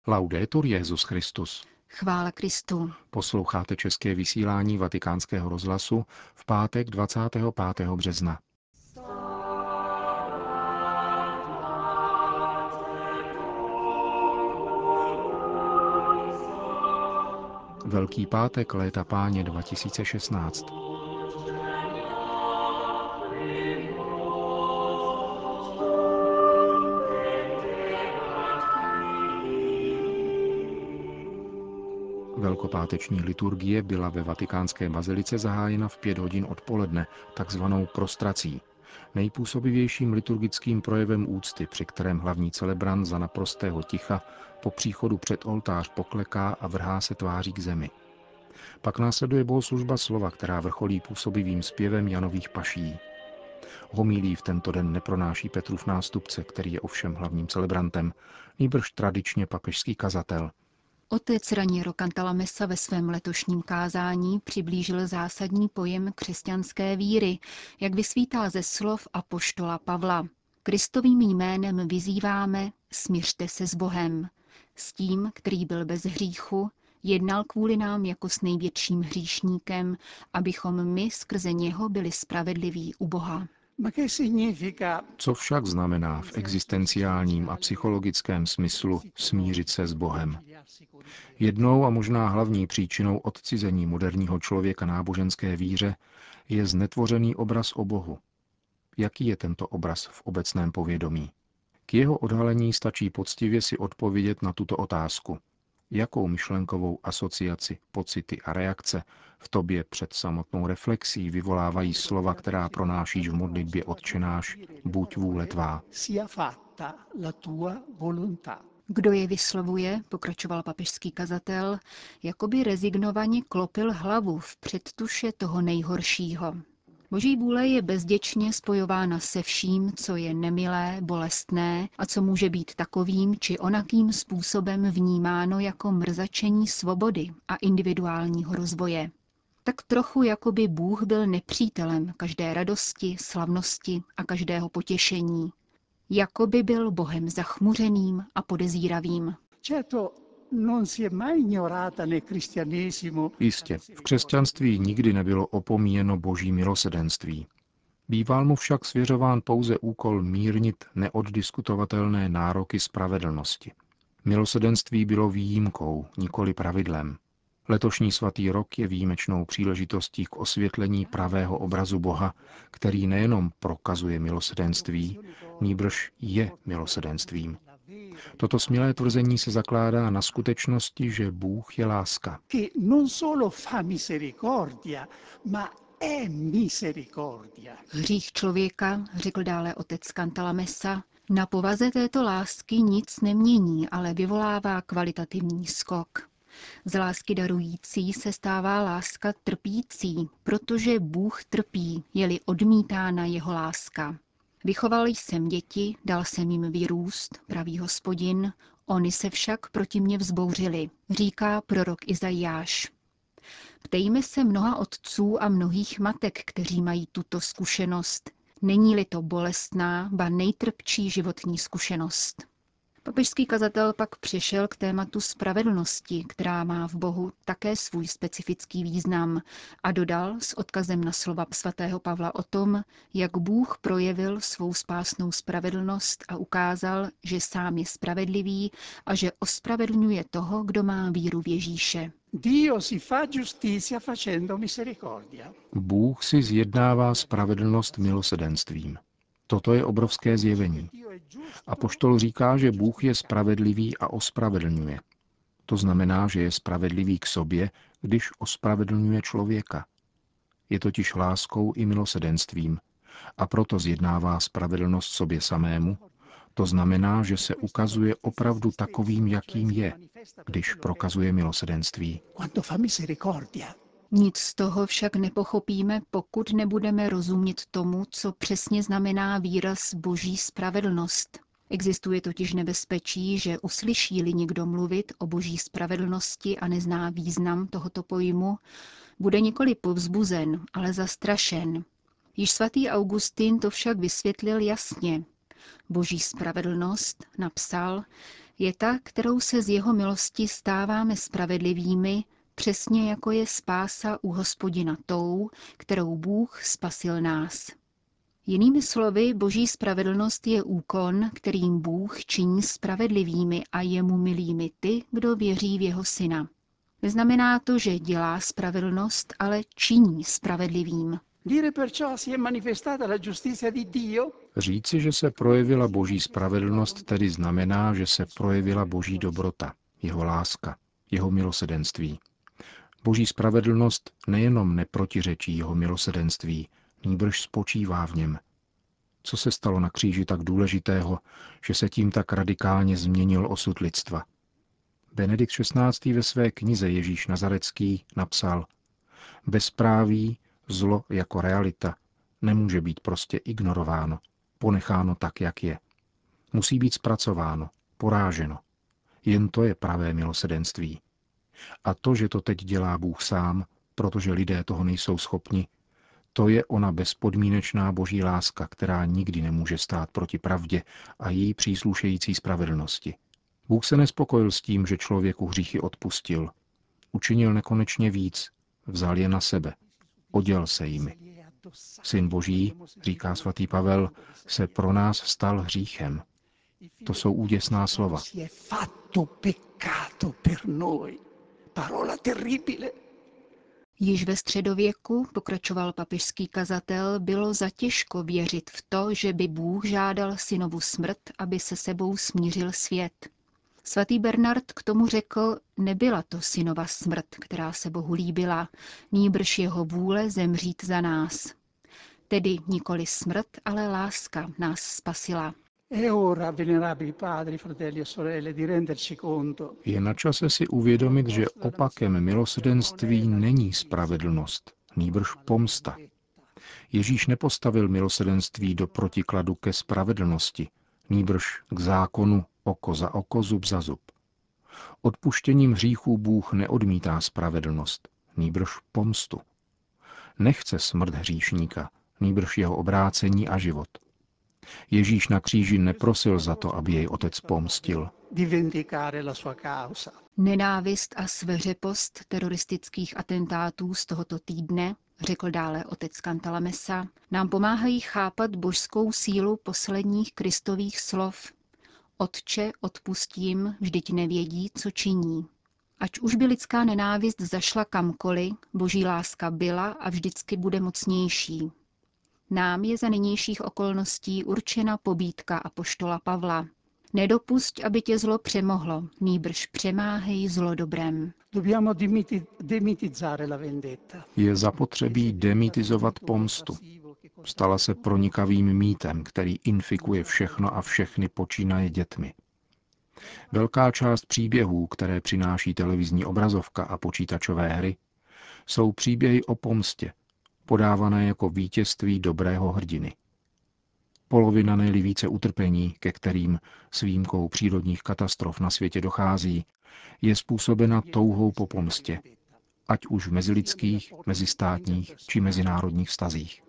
Laudetur Jesus Christus. Chvála Kristu. Posloucháte české vysílání Vatikánského rozhlasu v pátek 25. března. Velký pátek léta Páně 2016. Velkopáteční liturgie byla ve vatikánské bazilice zahájena v 5 hodin odpoledne, takzvanou prostrací, nejpůsobivějším liturgickým projevem úcty, při kterém hlavní celebrant za naprostého ticha po příchodu před oltář pokleká a vrhá se tváří k zemi. Pak následuje bohoslužba slova, která vrcholí působivým zpěvem Janových paší. Homilí v tento den nepronáší Petrův nástupce, který je ovšem hlavním celebrantem, nýbrž tradičně papežský kazatel. Otec Raniero Cantalamessa ve svém letošním kázání přiblížil zásadní pojem křesťanské víry, jak vysvítá ze slov apoštola Pavla. Kristovým jménem vyzýváme, smiřte se s Bohem. S tím, který byl bez hříchu, jednal kvůli nám jako s největším hříšníkem, abychom my skrze něho byli spravedliví u Boha. Co však znamená v existenciálním a psychologickém smyslu smířit se s Bohem? Jednou a možná hlavní příčinou odcizení moderního člověka náboženské víře je znetvořený obraz o Bohu. Jaký je tento obraz v obecném povědomí? K jeho odhalení stačí poctivě si odpovědět na tuto otázku. Jakou myšlenkovou asociaci, pocity a reakce v tobě před samotnou reflexí vyvolávají slova, která pronášíš v modlitbě Otčenáš, buď vůle tvá. Kdo je vyslovuje, pokračoval papežský kazatel, jakoby rezignovaně klopil hlavu v předtuše toho nejhoršího. Boží vůle je bezděčně spojována se vším, co je nemilé, bolestné a co může být takovým či onakým způsobem vnímáno jako mrzačení svobody a individuálního rozvoje. Tak trochu jako by Bůh byl nepřítelem každé radosti, slavnosti a každého potěšení. Jako by byl Bohem zachmuřeným a podezíravým. Jistě, v křesťanství nikdy nebylo opomíjeno boží milosedenství. Býval mu však svěřován pouze úkol mírnit neoddiskutovatelné nároky spravedlnosti. Milosedenství bylo výjimkou, nikoli pravidlem. Letošní svatý rok je výjimečnou příležitostí k osvětlení pravého obrazu Boha, který nejenom prokazuje milosedenství, nýbrž je milosedenstvím. Toto smělé tvrzení se zakládá na skutečnosti, že Bůh je láska. Hřích člověka, řekl dále otec Cantalamessa, na povaze této lásky nic nemění, ale vyvolává kvalitativní skok. Z lásky darující se stává láska trpící, protože Bůh trpí, je-li odmítána jeho láska. Vychoval jsem děti, dal jsem jim vyrůst, pravý Hospodin, oni se však proti mně vzbouřili, říká prorok Izajáš. Ptejme se mnoha otců a mnohých matek, kteří mají tuto zkušenost. Není-li to bolestná, ba nejtrpčí životní zkušenost? Papežský kazatel pak přešel k tématu spravedlnosti, která má v Bohu také svůj specifický význam, a dodal s odkazem na slova svatého Pavla o tom, jak Bůh projevil svou spásnou spravedlnost a ukázal, že sám je spravedlivý a že ospravedlňuje toho, kdo má víru v Ježíše. Bůh si zjednává spravedlnost milosedenstvím. Toto je obrovské zjevení. Apoštol říká, že Bůh je spravedlivý a ospravedlňuje. To znamená, že je spravedlivý k sobě, když ospravedlňuje člověka. Je totiž láskou i milosedenstvím a proto zjednává spravedlnost sobě samému. To znamená, že se ukazuje opravdu takovým, jakým je, když prokazuje milosedenství. Nic z toho však nepochopíme, pokud nebudeme rozumět tomu, co přesně znamená výraz boží spravedlnost. Existuje totiž nebezpečí, že uslyší-li někdo mluvit o boží spravedlnosti a nezná význam tohoto pojmu, bude nikoli povzbuzen, ale zastrašen. Již svatý Augustin to však vysvětlil jasně. Boží spravedlnost, napsal, Je ta, kterou se z jeho milosti stáváme spravedlivými, přesně jako je spása u Hospodina tou, kterou Bůh spasil nás. Jinými slovy, boží spravedlnost je úkon, kterým Bůh činí spravedlivými a jemu milými ty, kdo věří v jeho syna. Neznamená to, že dělá spravedlnost, ale činí spravedlivým. Říci, že se projevila boží spravedlnost, tedy znamená, že se projevila boží dobrota, jeho láska, jeho milosedenství. Boží spravedlnost nejenom neprotiřečí jeho milosedenství, nýbrž spočívá v něm. Co se stalo na kříži tak důležitého, že se tím tak radikálně změnil osud lidstva? Benedikt XVI. Ve své knize Ježíš Nazarecký napsal: bezpráví, zlo jako realita, nemůže být prostě ignorováno, ponecháno tak, jak je. Musí být zpracováno, poráženo. Jen to je pravé milosedenství. A to, že to teď dělá Bůh sám, protože lidé toho nejsou schopni, to je ona bezpodmínečná boží láska, která nikdy nemůže stát proti pravdě a její příslušející spravedlnosti. Bůh se nespokojil s tím, že člověku hříchy odpustil. Učinil nekonečně víc, vzal je na sebe, oděl se jimi. Syn Boží, říká svatý Pavel, se pro nás stal hříchem. To jsou úděsná slova. Již ve středověku, pokračoval papežský kazatel, bylo zatěžko věřit v to, že by Bůh žádal synovu smrt, aby se sebou smířil svět. Svatý Bernard k tomu řekl, nebyla to synova smrt, která se Bohu líbila, nýbrž jeho vůle zemřít za nás. Tedy nikoli smrt, ale láska nás spasila. Je na čase si uvědomit, že opakem milosedenství není spravedlnost, nýbrž pomsta. Ježíš nepostavil milosedenství do protikladu ke spravedlnosti, nýbrž k zákonu oko za oko, zub za zub. Odpuštěním hříchů Bůh neodmítá spravedlnost, nýbrž pomstu. Nechce smrt hříšníka, nýbrž jeho obrácení a život. Ježíš na kříži neprosil za to, aby jej otec pomstil. Nenávist a sveřepost teroristických atentátů z tohoto týdne, řekl dále otec Cantalamessa, nám pomáhají chápat božskou sílu posledních Kristových slov. Otče, odpustím, vždyť nevědí, co činí. Ať už by lidská nenávist zašla kamkoliv, boží láska byla a vždycky bude mocnější. Nám je za nynějších okolností určena pobídka apoštola Pavla. Nedopusť, aby tě zlo přemohlo, nýbrž přemáhej zlo dobrem. Je zapotřebí demitizovat pomstu. Stala se pronikavým mýtem, který infikuje všechno a všechny počínaje dětmi. Velká část příběhů, které přináší televizní obrazovka a počítačové hry, jsou příběhy o pomstě, podávané jako vítězství dobrého hrdiny. Polovina, ne-li více utrpení, ke kterým s výjimkou přírodních katastrof na světě dochází, je způsobena touhou po pomstě, ať už v mezilidských, mezistátních či mezinárodních vztazích.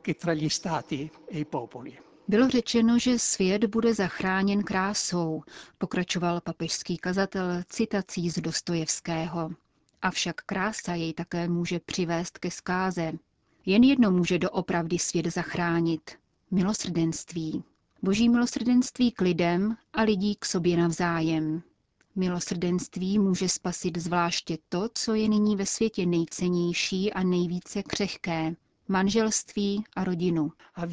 Bylo řečeno, že svět bude zachráněn krásou, pokračoval papežský kazatel citací z Dostojevského. Avšak krása jej také může přivést ke zkáze. Jen jedno může doopravdy svět zachránit. Milosrdenství. Boží milosrdenství k lidem a lidí k sobě navzájem. Milosrdenství může spasit zvláště to, co je nyní ve světě nejcennější a nejvíce křehké. Manželství a rodinu.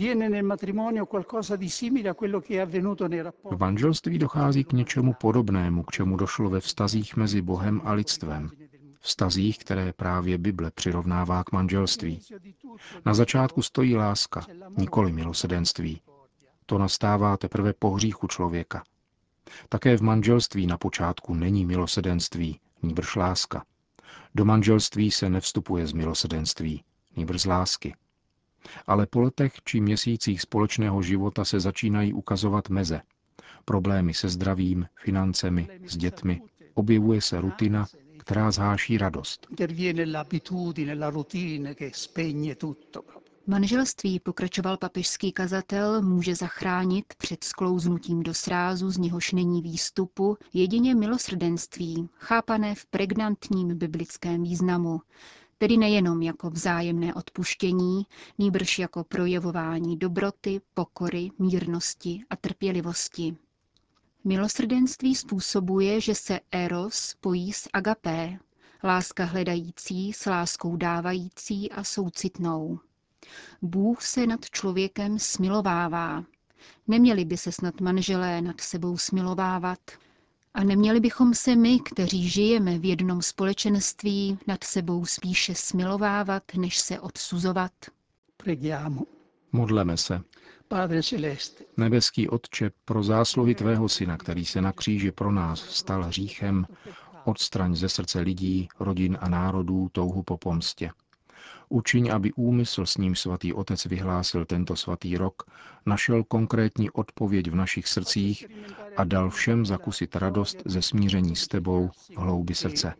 V manželství dochází k něčemu podobnému, k čemu došlo ve vztazích mezi Bohem a lidstvem. Vztazích, které právě Bible přirovnává k manželství. Na začátku stojí láska, nikoli milosrdenství. To nastává teprve po hříchu člověka. Také v manželství na počátku není milosrdenství, nýbrž láska. Do manželství se nevstupuje z milosrdenství, nýbrž z lásky. Ale po letech či měsících společného života se začínají ukazovat meze. Problémy se zdravím, financemi, s dětmi. Objevuje se rutina, která zháší radost. Manželství, pokračoval papežský kazatel, může zachránit před sklouznutím do srázu, z něhož není výstupu, jedině milosrdenství, chápané v pregnantním biblickém významu, tedy nejenom jako vzájemné odpuštění, nýbrž jako projevování dobroty, pokory, mírnosti a trpělivosti. Milosrdenství způsobuje, že se eros pojí s agapé, láska hledající s láskou dávající a soucitnou. Bůh se nad člověkem smilovává. Neměli by se snad manželé nad sebou smilovávat. A neměli bychom se my, kteří žijeme v jednom společenství, nad sebou spíše smilovávat, než se odsuzovat. Modleme se. Nebeský Otče, pro zásluhy tvého Syna, který se na kříži pro nás stal hříchem, odstraň ze srdce lidí, rodin a národů touhu po pomstě. Učiň, aby úmysl, s ním svatý Otec vyhlásil tento svatý rok, našel konkrétní odpověď v našich srdcích a dal všem zakusit radost ze smíření s tebou v hloubi srdce.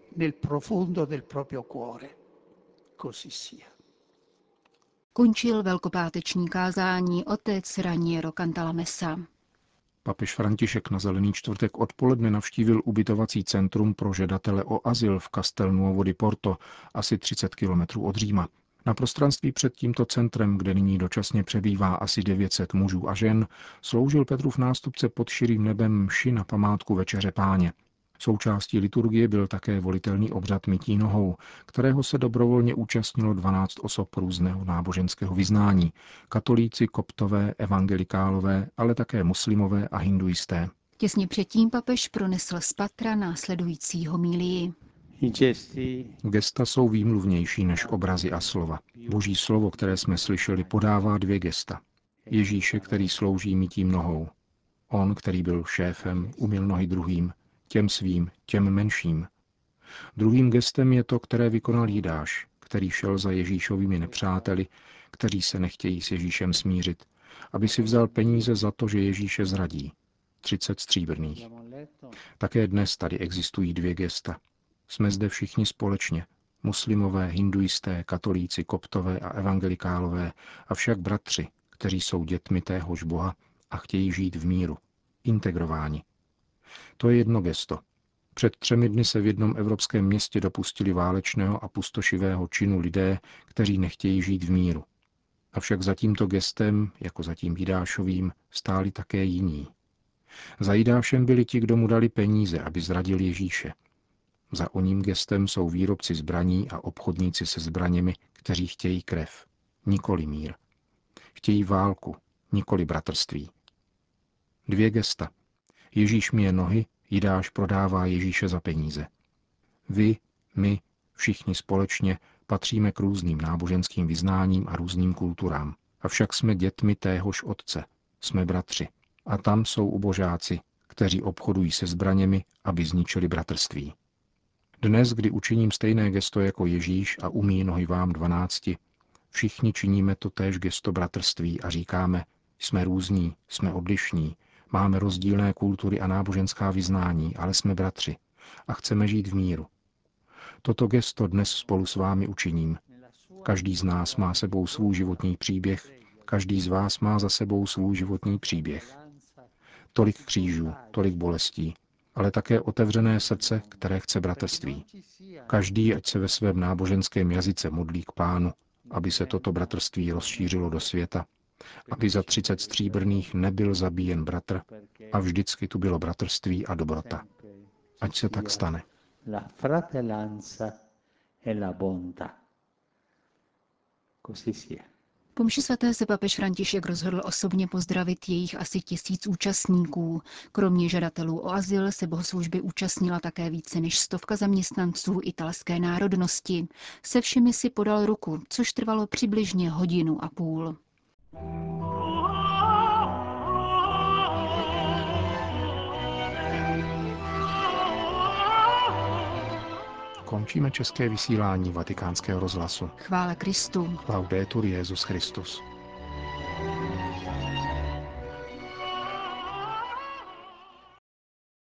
Končil velkopáteční kázání otec Raniero Cantalamessa. Papež František na Zelený čtvrtek odpoledne navštívil ubytovací centrum pro žadatele o azyl v Castelnuovo di Porto, asi 30 kilometrů od Říma. Na prostranství před tímto centrem, kde nyní dočasně přebývá asi 900 mužů a žen, sloužil Petrův nástupce pod širým nebem mši na památku Večeře Páně. Součástí liturgie byl také volitelný obřad mytí nohou, kterého se dobrovolně účastnilo 12 osob různého náboženského vyznání, katolíci, koptové, evangelikálové, ale také muslimové a hinduisté. Těsně předtím papež pronesl z patra následující homílii. Gesta jsou výmluvnější než obrazy a slova. Boží slovo, které jsme slyšeli, podává 2 gesta. Ježíše, který slouží mytím nohou. On, který byl šéfem, umyl nohy druhým, těm svým, těm menším. Druhým gestem je to, které vykonal Jidáš, který šel za Ježíšovými nepřáteli, kteří se nechtějí s Ježíšem smířit, aby si vzal peníze za to, že Ježíše zradí. 30 stříbrných. Také dnes tady existují 2 gesta. Jsme zde všichni společně. Muslimové, hinduisté, katolíci, koptové a evangelikálové, avšak bratři, kteří jsou dětmi téhož Boha a chtějí žít v míru. Integrováni. To je jedno gesto. Před 3 dny se v jednom evropském městě dopustili válečného a pustošivého činu lidé, kteří nechtějí žít v míru. Avšak za tímto gestem, jako za tím Jidášovým, stáli také jiní. Za Jidášem byli ti, kdo mu dali peníze, aby zradil Ježíše. Za oním gestem jsou výrobci zbraní a obchodníci se zbraněmi, kteří chtějí krev, nikoli mír. Chtějí válku, nikoli bratrství. 2 gesta. Ježíš myje nohy, Jidáš prodává Ježíše za peníze. Vy, my, všichni společně patříme k různým náboženským vyznáním a různým kulturám. Avšak jsme dětmi téhož Otce. Jsme bratři. A tam jsou ubožáci, kteří obchodují se zbraněmi, aby zničili bratrství. Dnes, kdy učiním stejné gesto jako Ježíš a umyji nohy vám 12, všichni činíme totéž gesto bratrství a říkáme, jsme různí, jsme odlišní, máme rozdílné kultury a náboženská vyznání, ale jsme bratři a chceme žít v míru. Toto gesto dnes spolu s vámi učiním. Každý z nás má sebou svůj životní příběh, každý z vás má za sebou svůj životní příběh. Tolik křížů, tolik bolestí, ale také otevřené srdce, které chce bratrství. Každý, ať se ve svém náboženském jazyce modlí k Pánu, aby se toto bratrství rozšířilo do světa, aby za 30 stříbrných nebyl zabíjen bratr a vždycky tu bylo bratrství a dobrota. Ať se tak stane. Po mši svaté se papež František rozhodl osobně pozdravit jejich asi 1000 účastníků. Kromě žadatelů o azyl se bohoslužby účastnila také více než 100 zaměstnanců italské národnosti. Se všemi si podal ruku, což trvalo přibližně 1,5 hodiny. Končíme české vysílání Vatikánského rozhlasu. Chvála Kristu. Laudetur Jesus Christus.